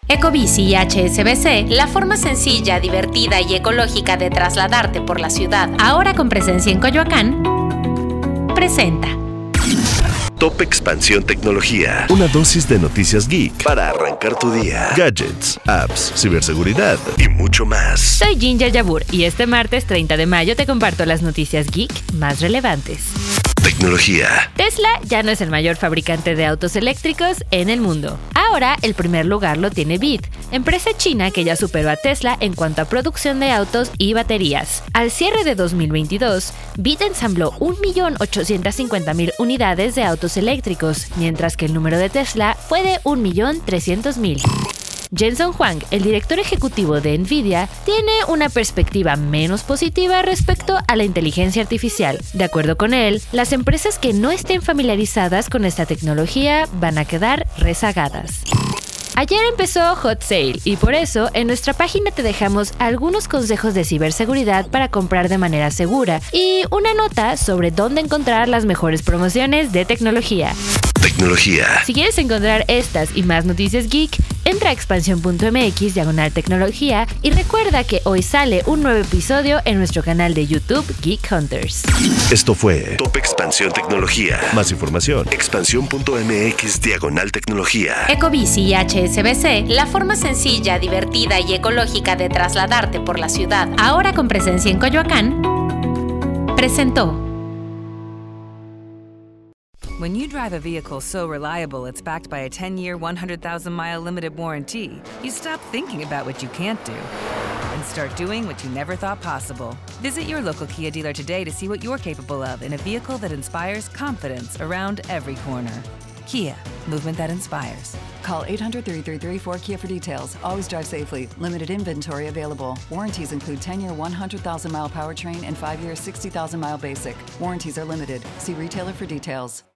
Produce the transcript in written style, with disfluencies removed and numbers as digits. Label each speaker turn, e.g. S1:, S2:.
S1: Ecobici y HSBC, la forma sencilla, divertida y ecológica de trasladarte por la ciudad, ahora con presencia en Coyoacán, presenta
S2: Top Expansión Tecnología. Una dosis de noticias geek para arrancar tu día. Gadgets, apps, ciberseguridad y mucho más.
S1: Soy Ginger Yabur y este martes 30 de mayo te comparto las noticias geek más relevantes.
S2: Tecnología.
S1: Tesla ya no es el mayor fabricante de autos eléctricos en el mundo. Ahora el primer lugar lo tiene BYD, empresa china que ya superó a Tesla en cuanto a producción de autos y baterías. Al cierre de 2022, BYD ensambló 1.850.000 unidades de autos eléctricos, mientras que el número de Tesla fue de 1.300.000. Jensen Huang, el director ejecutivo de Nvidia, tiene una perspectiva menos positiva respecto a la inteligencia artificial. De acuerdo con él, las empresas que no estén familiarizadas con esta tecnología van a quedar rezagadas. Ayer empezó Hot Sale y por eso en nuestra página te dejamos algunos consejos de ciberseguridad para comprar de manera segura y una nota sobre dónde encontrar las mejores promociones de tecnología. Si quieres encontrar estas y más noticias geek, entra a expansión.mx/tecnología y recuerda que hoy sale un nuevo episodio en nuestro canal de YouTube Geek Hunters.
S2: Esto fue Top Expansión Tecnología. Más información, expansión.mx/tecnología.
S1: Ecobici y HSBC, la forma sencilla, divertida y ecológica de trasladarte por la ciudad, ahora con presencia en Coyoacán, presentó.
S3: When you drive a vehicle so reliable it's backed by a 10-year, 100,000-mile limited warranty, you stop thinking about what you can't do and start doing what you never thought possible. Visit your local Kia dealer today to see what you're capable of in a vehicle that inspires confidence around every corner. Kia, movement that inspires.
S4: Call 800-333-4KIA for details. Always drive safely. Limited inventory available. Warranties include 10-year 100,000-mile powertrain and 5-year 60,000-mile basic. Warranties are limited. See retailer for details.